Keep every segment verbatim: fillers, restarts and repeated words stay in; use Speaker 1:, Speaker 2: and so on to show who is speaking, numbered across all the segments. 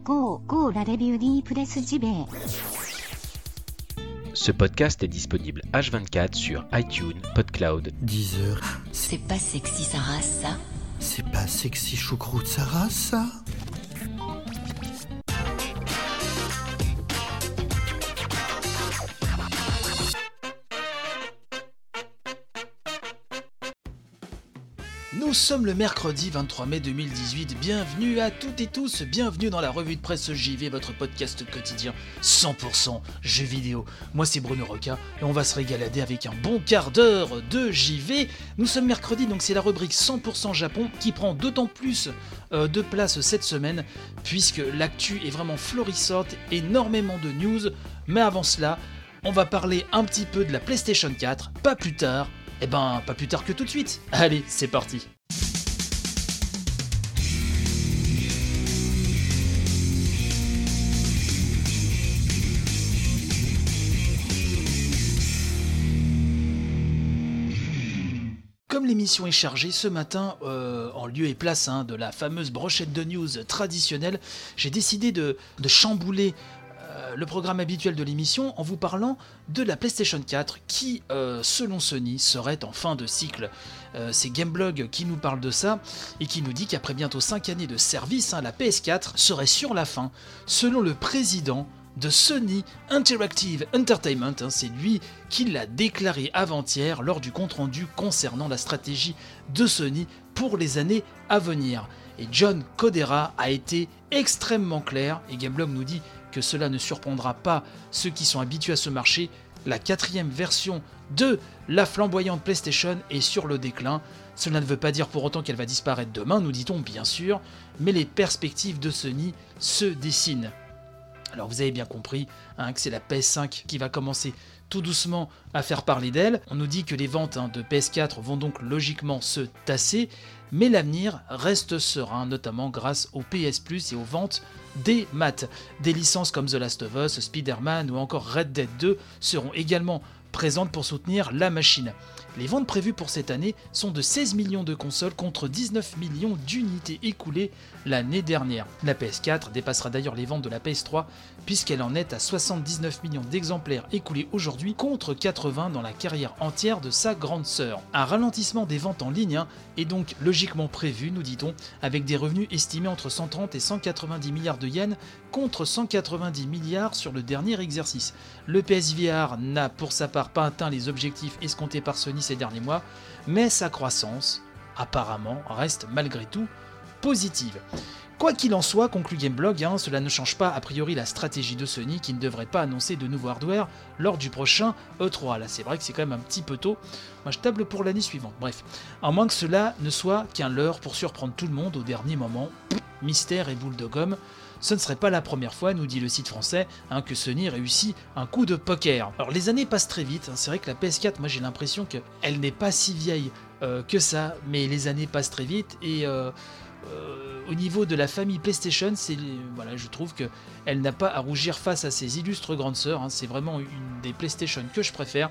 Speaker 1: Go, go, la review di Presse J B.
Speaker 2: Ce podcast est disponible H vingt-quatre sur iTunes, PodCloud,
Speaker 3: Deezer.
Speaker 4: C'est pas sexy sa race, ça.
Speaker 3: C'est pas sexy choucroute sa race, ça.
Speaker 5: Nous sommes le mercredi vingt-trois mai deux mille dix-huit, bienvenue à toutes et tous, bienvenue dans la revue de presse J V, votre podcast quotidien cent pour cent jeux vidéo. Moi c'est Bruno Roca et on va se régalader avec un bon quart d'heure de J V. Nous sommes mercredi, donc c'est la rubrique cent pour cent Japon qui prend d'autant plus euh, de place cette semaine puisque l'actu est vraiment florissante, énormément de news, mais avant cela, on va parler un petit peu de la PlayStation quatre, pas plus tard. Eh ben, pas plus tard que tout de suite. Allez, c'est parti. Comme l'émission est chargée ce matin, euh, en lieu et place hein, de la fameuse brochette de news traditionnelle, j'ai décidé de, de chambouler le programme habituel de l'émission en vous parlant de la PlayStation quatre qui, euh, selon Sony, serait en fin de cycle. Euh, c'est Gameblog qui nous parle de ça et qui nous dit qu'après bientôt cinq années de service, hein, la P S quatre serait sur la fin, selon le président de Sony Interactive Entertainment, hein, c'est lui qui l'a déclaré avant-hier lors du compte-rendu concernant la stratégie de Sony pour les années à venir. Et John Codera a été extrêmement clair, et Gameblog nous dit que cela ne surprendra pas ceux qui sont habitués à ce marché. La quatrième version de la flamboyante PlayStation est sur le déclin. Cela ne veut pas dire pour autant qu'elle va disparaître demain, nous dit-on bien sûr, mais les perspectives de Sony se dessinent. Alors vous avez bien compris hein, que c'est la P S cinq qui va commencer tout doucement à faire parler d'elle. On nous dit que les ventes hein, de P S quatre vont donc logiquement se tasser, mais l'avenir reste serein, notamment grâce au P S Plus et aux ventes des maths. Des licences comme The Last of Us, Spider-Man ou encore Red Dead deux seront également présentes pour soutenir la machine. Les ventes prévues pour cette année sont de seize millions de consoles contre dix-neuf millions d'unités écoulées l'année dernière. La P S quatre dépassera d'ailleurs les ventes de la P S trois puisqu'elle en est à soixante-dix-neuf millions d'exemplaires écoulés aujourd'hui contre quatre-vingts dans la carrière entière de sa grande sœur. Un ralentissement des ventes en ligne hein, est donc logiquement prévu, nous dit-on, avec des revenus estimés entre cent trente et cent quatre-vingt-dix milliards de yens contre cent quatre-vingt-dix milliards sur le dernier exercice. Le P S V R n'a pour sa part pas atteint les objectifs escomptés par Sony ces derniers mois, mais sa croissance, apparemment, reste malgré tout positive. Quoi qu'il en soit, conclut Gameblog, hein, cela ne change pas a priori la stratégie de Sony qui ne devrait pas annoncer de nouveau hardware lors du prochain E trois. Là, c'est vrai que c'est quand même un petit peu tôt. Moi, je table pour l'année suivante. Bref, à moins que cela ne soit qu'un leurre pour surprendre tout le monde au dernier moment. Mystère et boule de gomme. Ce ne serait pas la première fois, nous dit le site français, hein, que Sony réussit un coup de poker. Alors les années passent très vite, hein, c'est vrai que la P S quatre, moi j'ai l'impression qu'elle n'est pas si vieille euh, que ça, mais les années passent très vite et euh, euh, au niveau de la famille PlayStation, c'est, voilà, je trouve qu'elle n'a pas à rougir face à ses illustres grandes sœurs, hein, c'est vraiment une des PlayStation que je préfère.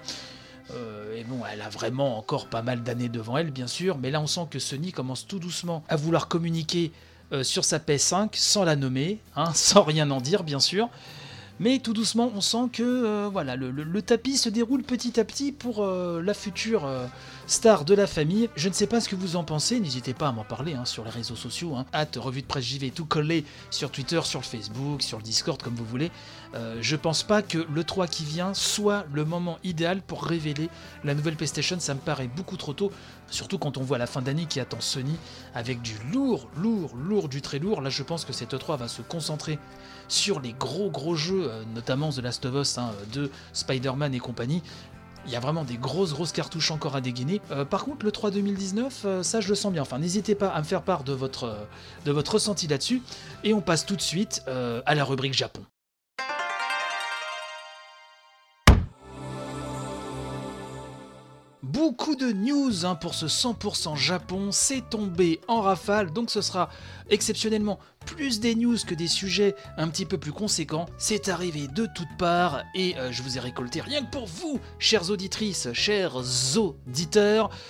Speaker 5: Euh, et bon, elle a vraiment encore pas mal d'années devant elle, bien sûr, mais là on sent que Sony commence tout doucement à vouloir communiquer Euh, sur sa P S cinq sans la nommer, hein, sans rien en dire bien sûr, mais tout doucement on sent que euh, voilà, le, le, le tapis se déroule petit à petit pour euh, la future euh, star de la famille. Je ne sais pas ce que vous en pensez, n'hésitez pas à m'en parler hein, sur les réseaux sociaux, hein, hâte revue de presse J V tout collé sur Twitter, sur le Facebook, sur le Discord comme vous voulez. Euh, je pense pas que l'E trois qui vient soit le moment idéal pour révéler la nouvelle PlayStation, ça me paraît beaucoup trop tôt, surtout quand on voit la fin d'année qui attend Sony avec du lourd, lourd, lourd, du très lourd. Là je pense que cette E trois va se concentrer sur les gros gros jeux, euh, notamment The Last of Us hein, de Spider-Man et compagnie. Il y a vraiment des grosses grosses cartouches encore à dégainer. Euh, par contre, le trois deux mille dix-neuf, euh, ça je le sens bien. Enfin, n'hésitez pas à me faire part de votre, euh, de votre ressenti là-dessus. Et on passe tout de suite euh, à la rubrique Japon. Beaucoup de news hein, pour ce cent pour cent Japon, c'est tombé en rafale, donc ce sera exceptionnellement plus des news que des sujets un petit peu plus conséquents. C'est arrivé de toutes parts et euh, je vous ai récolté rien que pour vous, chères auditrices, chers auditeurs,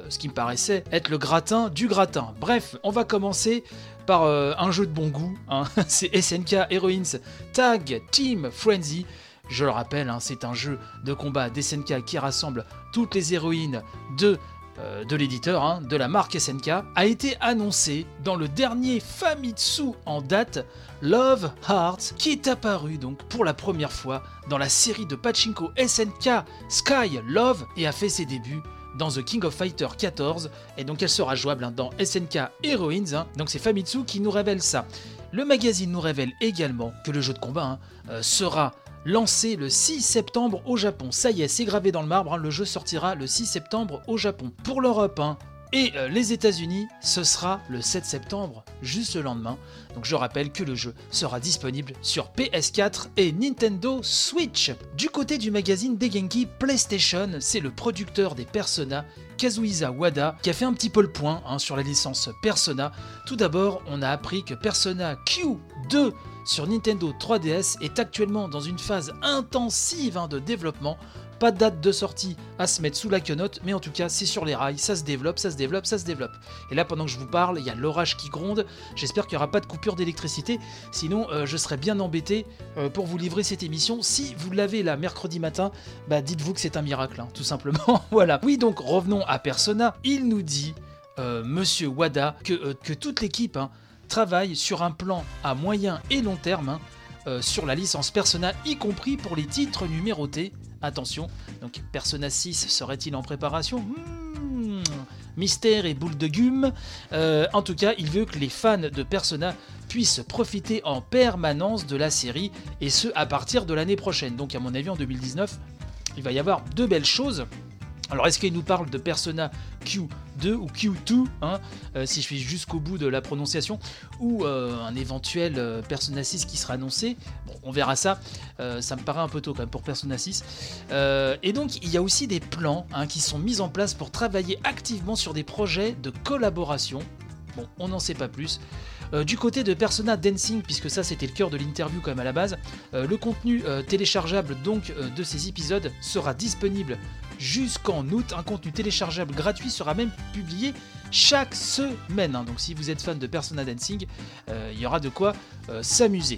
Speaker 5: ce qui me paraissait être le gratin du gratin. Bref, on va commencer par euh, un jeu de bon goût, hein. C'est S N K Heroines Tag Team Frenzy. Je le rappelle, hein, c'est un jeu de combat d'S N K qui rassemble toutes les héroïnes de, euh, de l'éditeur, hein, de la marque S N K, a été annoncé dans le dernier Famitsu en date, Love Hearts, qui est apparu donc pour la première fois dans la série de pachinko S N K Sky Love et a fait ses débuts dans The King of Fighter quatorze, et donc elle sera jouable hein, dans S N K Heroines, hein. Donc c'est Famitsu qui nous révèle ça. Le magazine nous révèle également que le jeu de combat hein, euh, sera lancé le six septembre au Japon. Ça y est, c'est gravé dans le marbre, hein, le jeu sortira le six septembre au Japon. Pour l'Europe hein, et euh, les États-Unis, ce sera le sept septembre, juste le lendemain. Donc je rappelle que le jeu sera disponible sur P S quatre et Nintendo Switch. Du côté du magazine Dengeki PlayStation, c'est le producteur des Persona, Kazuhisa Wada, qui a fait un petit peu le point hein, sur la licence Persona. Tout d'abord, on a appris que Persona Q deux sur Nintendo trois D S est actuellement dans une phase intensive hein, de développement. Pas de date de sortie à se mettre sous la quenotte, mais en tout cas c'est sur les rails, ça se développe, ça se développe, ça se développe. Et là pendant que je vous parle, il y a l'orage qui gronde, j'espère qu'il n'y aura pas de coupure d'électricité, sinon euh, je serais bien embêté euh, pour vous livrer cette émission. Si vous l'avez là mercredi matin, bah dites-vous que c'est un miracle, hein, tout simplement. Voilà. Oui, donc revenons à Persona, il nous dit, euh, Monsieur Wada, que, euh, que toute l'équipe hein, travaille sur un plan à moyen et long terme, hein, euh, sur la licence Persona, y compris pour les titres numérotés. Attention, donc Persona six serait-il en préparation ? hmm, Mystère et boule de gume. Euh, en tout cas, il veut que les fans de Persona puissent profiter en permanence de la série, et ce à partir de l'année prochaine. Donc à mon avis en deux mille dix-neuf, il va y avoir de belles choses. Alors est-ce qu'il nous parle de Persona Q deux ou Q deux, hein, euh, si je suis jusqu'au bout de la prononciation, ou euh, un éventuel euh, Persona six qui sera annoncé? Bon, on verra ça, euh, ça me paraît un peu tôt quand même pour Persona six. Euh, et donc il y a aussi des plans hein, qui sont mis en place pour travailler activement sur des projets de collaboration. Bon, on n'en sait pas plus. Euh, du côté de Persona Dancing, puisque ça c'était le cœur de l'interview quand même à la base, euh, le contenu euh, téléchargeable donc euh, de ces épisodes sera disponible jusqu'en août. Un contenu téléchargeable gratuit sera même publié chaque semaine, hein. Donc si vous êtes fan de Persona Dancing, euh, il y aura de quoi euh, s'amuser.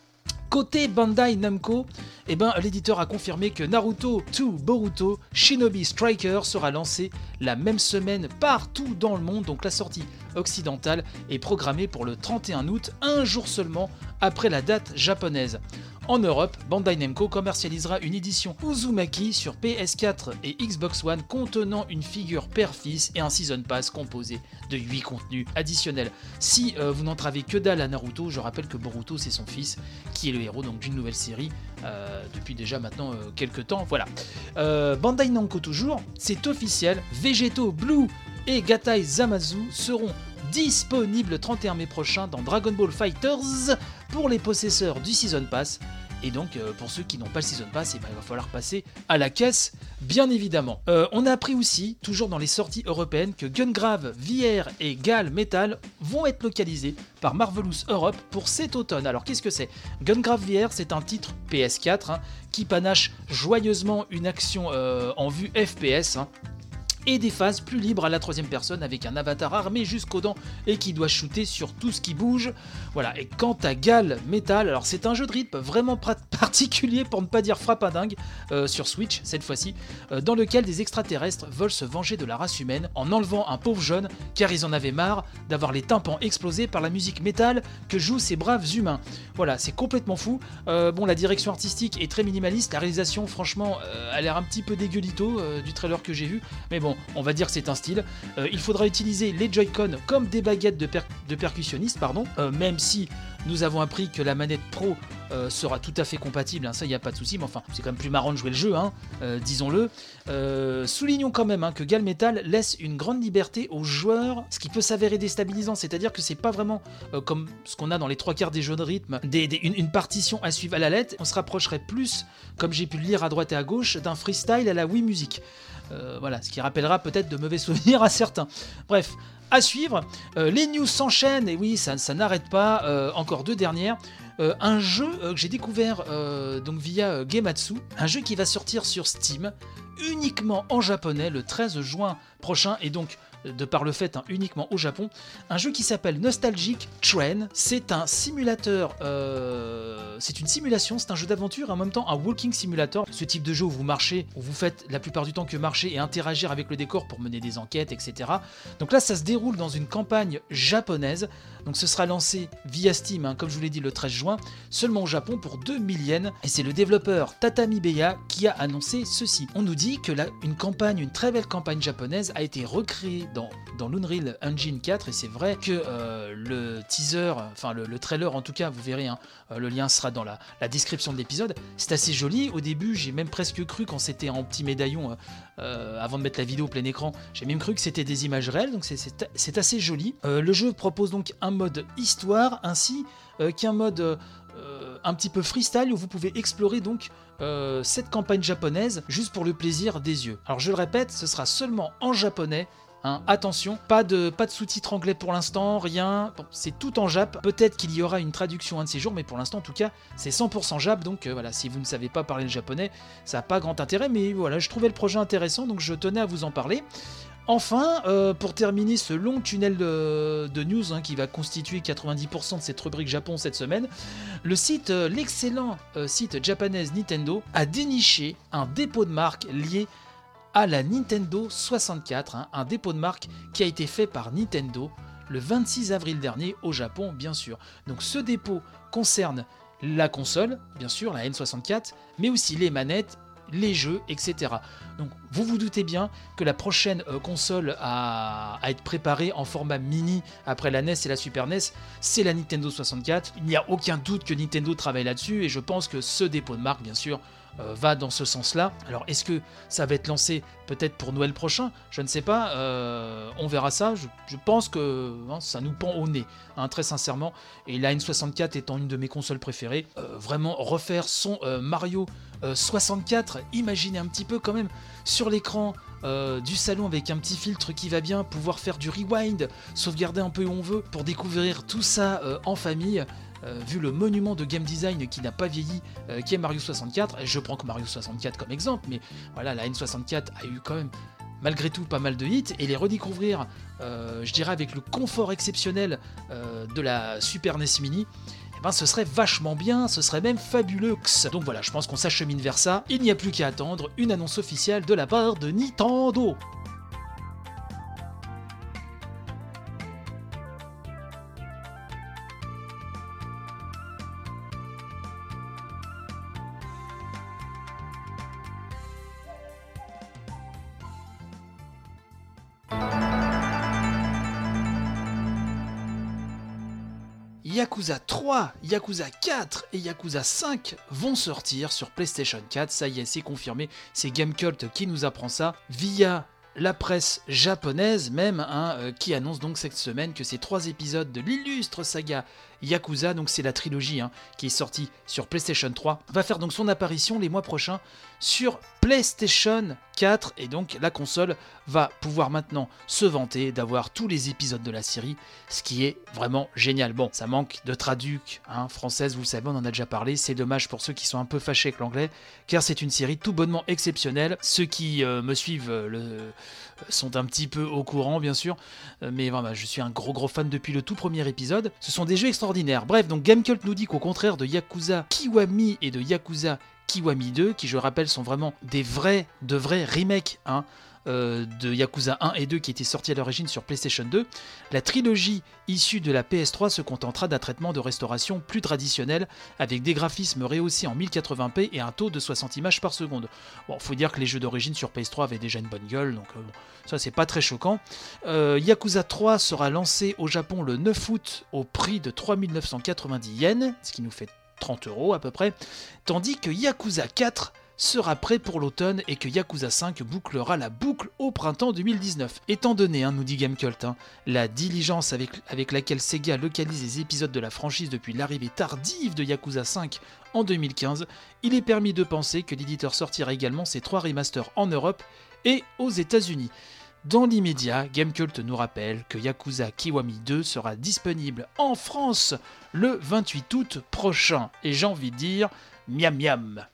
Speaker 5: Côté Bandai Namco, eh ben, l'éditeur a confirmé que Naruto deux Boruto Shinobi Striker sera lancé la même semaine partout dans le monde, donc la sortie occidentale est programmée pour le trente et un août, un jour seulement après la date japonaise. En Europe, Bandai Namco commercialisera une édition Uzumaki sur P S quatre et Xbox One contenant une figure père-fils et un Season Pass composé de huit contenus additionnels. Si euh, vous n'entravez que dalle à Naruto, je rappelle que Boruto c'est son fils qui est le héros donc d'une nouvelle série euh, depuis déjà maintenant euh, quelques temps. Voilà. Euh, Bandai Namco toujours, c'est officiel, Vegeto Blue et Gatai Zamasu seront disponible le trente et un mai prochain dans Dragon Ball FighterZ pour les possesseurs du Season Pass. Et donc euh, pour ceux qui n'ont pas le Season Pass, eh ben, il va falloir passer à la caisse, bien évidemment. Euh, on a appris aussi, toujours dans les sorties européennes, que Gungrave V R et Gal Metal vont être localisés par Marvelous Europe pour cet automne. Alors qu'est-ce que c'est ? Gungrave V R, c'est un titre P S quatre hein, qui panache joyeusement une action euh, en vue F P S, hein, et des phases plus libres à la troisième personne avec un avatar armé jusqu'aux dents et qui doit shooter sur tout ce qui bouge. Voilà. Et quant à Gal Metal, alors c'est un jeu de rythme vraiment particulier, pour ne pas dire frappadingue, euh, sur Switch cette fois-ci, euh, dans lequel des extraterrestres veulent se venger de la race humaine en enlevant un pauvre jeune car ils en avaient marre d'avoir les tympans explosés par la musique métal que jouent ces braves humains. Voilà, c'est complètement fou. Euh, bon, la direction artistique est très minimaliste, la réalisation franchement euh, a l'air un petit peu dégueulito euh, du trailer que j'ai vu, mais bon, on va dire que c'est un style. Euh, il faudra utiliser les Joy-Con comme des baguettes de, per- de percussionniste, pardon, euh, même si nous avons appris que la manette Pro euh, sera tout à fait compatible, hein, ça il n'y a pas de souci, mais enfin c'est quand même plus marrant de jouer le jeu, hein, euh, disons-le. Euh, soulignons quand même hein, que Gal Metal laisse une grande liberté aux joueurs, ce qui peut s'avérer déstabilisant, c'est-à-dire que c'est pas vraiment euh, comme ce qu'on a dans les trois quarts des jeux de rythme, des, des, une, une partition à suivre à la lettre. On se rapprocherait plus, comme j'ai pu le lire à droite et à gauche, d'un freestyle à la Wii Music. Euh, voilà, ce qui rappellera peut-être de mauvais souvenirs à certains. Bref, à suivre. Euh, les news s'enchaînent, et oui, ça, ça n'arrête pas. Euh, encore deux dernières. euh, un jeu euh, que j'ai découvert euh, donc via euh, Gematsu, un jeu qui va sortir sur Steam uniquement en japonais le treize juin prochain, et donc de par le fait hein, uniquement au Japon, un jeu qui s'appelle Nostalgic Train. C'est un simulateur, euh, c'est une simulation, c'est un jeu d'aventure et en même temps un walking simulator. Ce type de jeu où vous marchez, où vous faites la plupart du temps que marcher et interagir avec le décor pour mener des enquêtes, et cetera. Donc là, ça se déroule dans une campagne japonaise. Donc ce sera lancé via Steam, hein, comme je vous l'ai dit, le treize juin, seulement au Japon pour deux mille yens. Et c'est le développeur Tatami Beya qui a annoncé ceci. On nous dit que la, une campagne, une très belle campagne japonaise a été recréée dans, dans l'Unreal Engine quatre, et c'est vrai que euh, le teaser, enfin le, le trailer en tout cas, vous verrez, hein, euh, le lien sera dans la, la description de l'épisode, c'est assez joli. Au début, j'ai même presque cru, quand c'était en petit médaillon, euh, euh, avant de mettre la vidéo au plein écran, j'ai même cru que c'était des images réelles, donc c'est, c'est, c'est assez joli. Euh, le jeu propose donc un mode histoire, ainsi euh, qu'un mode euh, un petit peu freestyle où vous pouvez explorer donc euh, cette campagne japonaise juste pour le plaisir des yeux. Alors je le répète, ce sera seulement en japonais. Hein, attention, pas de, pas de sous-titres anglais pour l'instant, rien, bon, c'est tout en jap. Peut-être qu'il y aura une traduction un de ces jours, mais pour l'instant en tout cas c'est cent pour cent jap, donc euh, voilà, si vous ne savez pas parler le japonais, ça n'a pas grand intérêt, mais voilà, je trouvais le projet intéressant, donc je tenais à vous en parler. Enfin, euh, pour terminer ce long tunnel de, de news hein, qui va constituer quatre-vingt-dix pour cent de cette rubrique Japon cette semaine, le site, euh, l'excellent euh, site japonaise Nintendo a déniché un dépôt de marque lié à la Nintendo soixante-quatre, hein, un dépôt de marque qui a été fait par Nintendo le vingt-six avril dernier au Japon, bien sûr. Donc ce dépôt concerne la console, bien sûr, la N soixante-quatre, mais aussi les manettes, les jeux, et cetera. Donc vous vous doutez bien que la prochaine euh, console à, à être préparée en format mini après la N E S et la Super N E S, c'est la Nintendo soixante-quatre. Il n'y a aucun doute que Nintendo travaille là-dessus, et je pense que ce dépôt de marque, bien sûr, euh, va dans ce sens-là. Alors est-ce que ça va être lancé peut-être pour Noël prochain ? Je ne sais pas, euh, on verra ça. Je, je pense que hein, ça nous pend au nez, hein, très sincèrement. Et la N soixante-quatre étant une de mes consoles préférées, euh, vraiment refaire son euh, Mario euh, soixante-quatre, imaginez un petit peu quand même sur l'écran euh, du salon avec un petit filtre qui va bien, pouvoir faire du rewind, sauvegarder un peu où on veut, pour découvrir tout ça euh, en famille. Euh, vu le monument de game design qui n'a pas vieilli, euh, qui est Mario soixante-quatre, je prends que Mario soixante-quatre comme exemple, mais voilà, la N soixante-quatre a eu quand même malgré tout pas mal de hits, et les redécouvrir, euh, je dirais avec le confort exceptionnel euh, de la Super N E S Mini, eh ben, ce serait vachement bien, ce serait même fabuleux. Donc voilà, je pense qu'on s'achemine vers ça, il n'y a plus qu'à attendre une annonce officielle de la part de Nintendo. Yakuza trois, Yakuza quatre et Yakuza cinq vont sortir sur PlayStation quatre, ça y est, c'est confirmé, c'est Gamecult qui nous apprend ça, via la presse japonaise même, hein, euh, qui annonce donc cette semaine que ces trois épisodes de l'illustre saga Yakuza, donc c'est la trilogie hein, qui est sortie sur PlayStation trois, va faire donc son apparition les mois prochains sur PlayStation quatre, et donc la console va pouvoir maintenant se vanter d'avoir tous les épisodes de la série, ce qui est vraiment génial. Bon, ça manque de traduc hein, française, vous le savez, on en a déjà parlé, c'est dommage pour ceux qui sont un peu fâchés avec l'anglais, car c'est une série tout bonnement exceptionnelle. Ceux qui euh, me suivent euh, le, sont un petit peu au courant, bien sûr, euh, mais voilà, je suis un gros gros fan depuis le tout premier épisode. Ce sont des jeux extraordinaires. Bref, donc Gamecult nous dit qu'au contraire de Yakuza Kiwami et de Yakuza Kiwami deux, qui je rappelle sont vraiment des vrais, de vrais remakes hein, euh, de Yakuza un et deux qui étaient sortis à l'origine sur PlayStation deux, la trilogie issue de la P S trois se contentera d'un traitement de restauration plus traditionnel, avec des graphismes rehaussés en mille quatre-vingts p et un taux de soixante images par seconde. Bon, faut dire que les jeux d'origine sur P S trois avaient déjà une bonne gueule, donc euh, bon, ça c'est pas très choquant. Euh, Yakuza trois sera lancé au Japon le neuf août au prix de trois mille neuf cent quatre-vingt-dix yens, ce qui nous fait trente euros à peu près, tandis que Yakuza quatre sera prêt pour l'automne et que Yakuza cinq bouclera la boucle au printemps deux mille dix-neuf. Étant donné, hein, nous dit Gamecult, hein, la diligence avec, avec laquelle Sega localise les épisodes de la franchise depuis l'arrivée tardive de Yakuza cinq en deux mille quinze, il est permis de penser que l'éditeur sortira également ses trois remasters en Europe et aux États-Unis. Dans l'immédiat, Gamecult nous rappelle que Yakuza Kiwami deux sera disponible en France le vingt-huit août prochain. Et j'ai envie de dire, miam miam.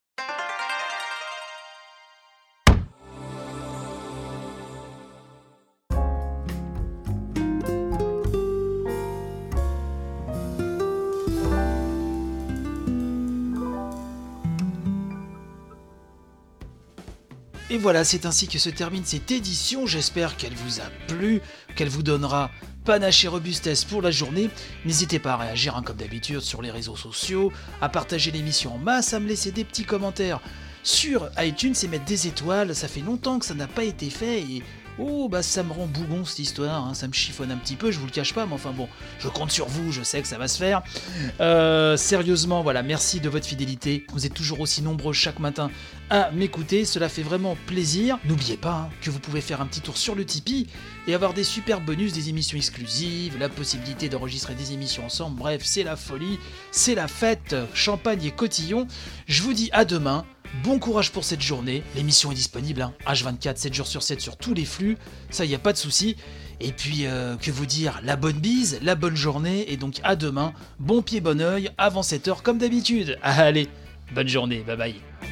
Speaker 5: Et voilà, c'est ainsi que se termine cette édition. J'espère qu'elle vous a plu, qu'elle vous donnera panache et robustesse pour la journée. N'hésitez pas à réagir hein, comme d'habitude sur les réseaux sociaux, à partager l'émission en masse, à me laisser des petits commentaires sur iTunes et mettre des étoiles. Ça fait longtemps que ça n'a pas été fait et oh bah ça me rend bougon cette histoire, hein. Ça me chiffonne un petit peu, je vous le cache pas, mais enfin bon, je compte sur vous, je sais que ça va se faire. Euh, sérieusement, voilà, merci de votre fidélité. Vous êtes toujours aussi nombreux chaque matin à m'écouter, cela fait vraiment plaisir. N'oubliez pas hein, que vous pouvez faire un petit tour sur le Tipeee et avoir des super bonus, des émissions exclusives, la possibilité d'enregistrer des émissions ensemble, bref, c'est la folie, c'est la fête, champagne et cotillon. Je vous dis à demain. Bon courage pour cette journée, l'émission est disponible hein, H vingt-quatre, sept jours sur sept sur tous les flux, ça y a pas de souci. Et puis euh, que vous dire, la bonne bise, la bonne journée, et donc à demain, bon pied bon oeil, avant sept heures comme d'habitude. Allez, bonne journée, bye bye.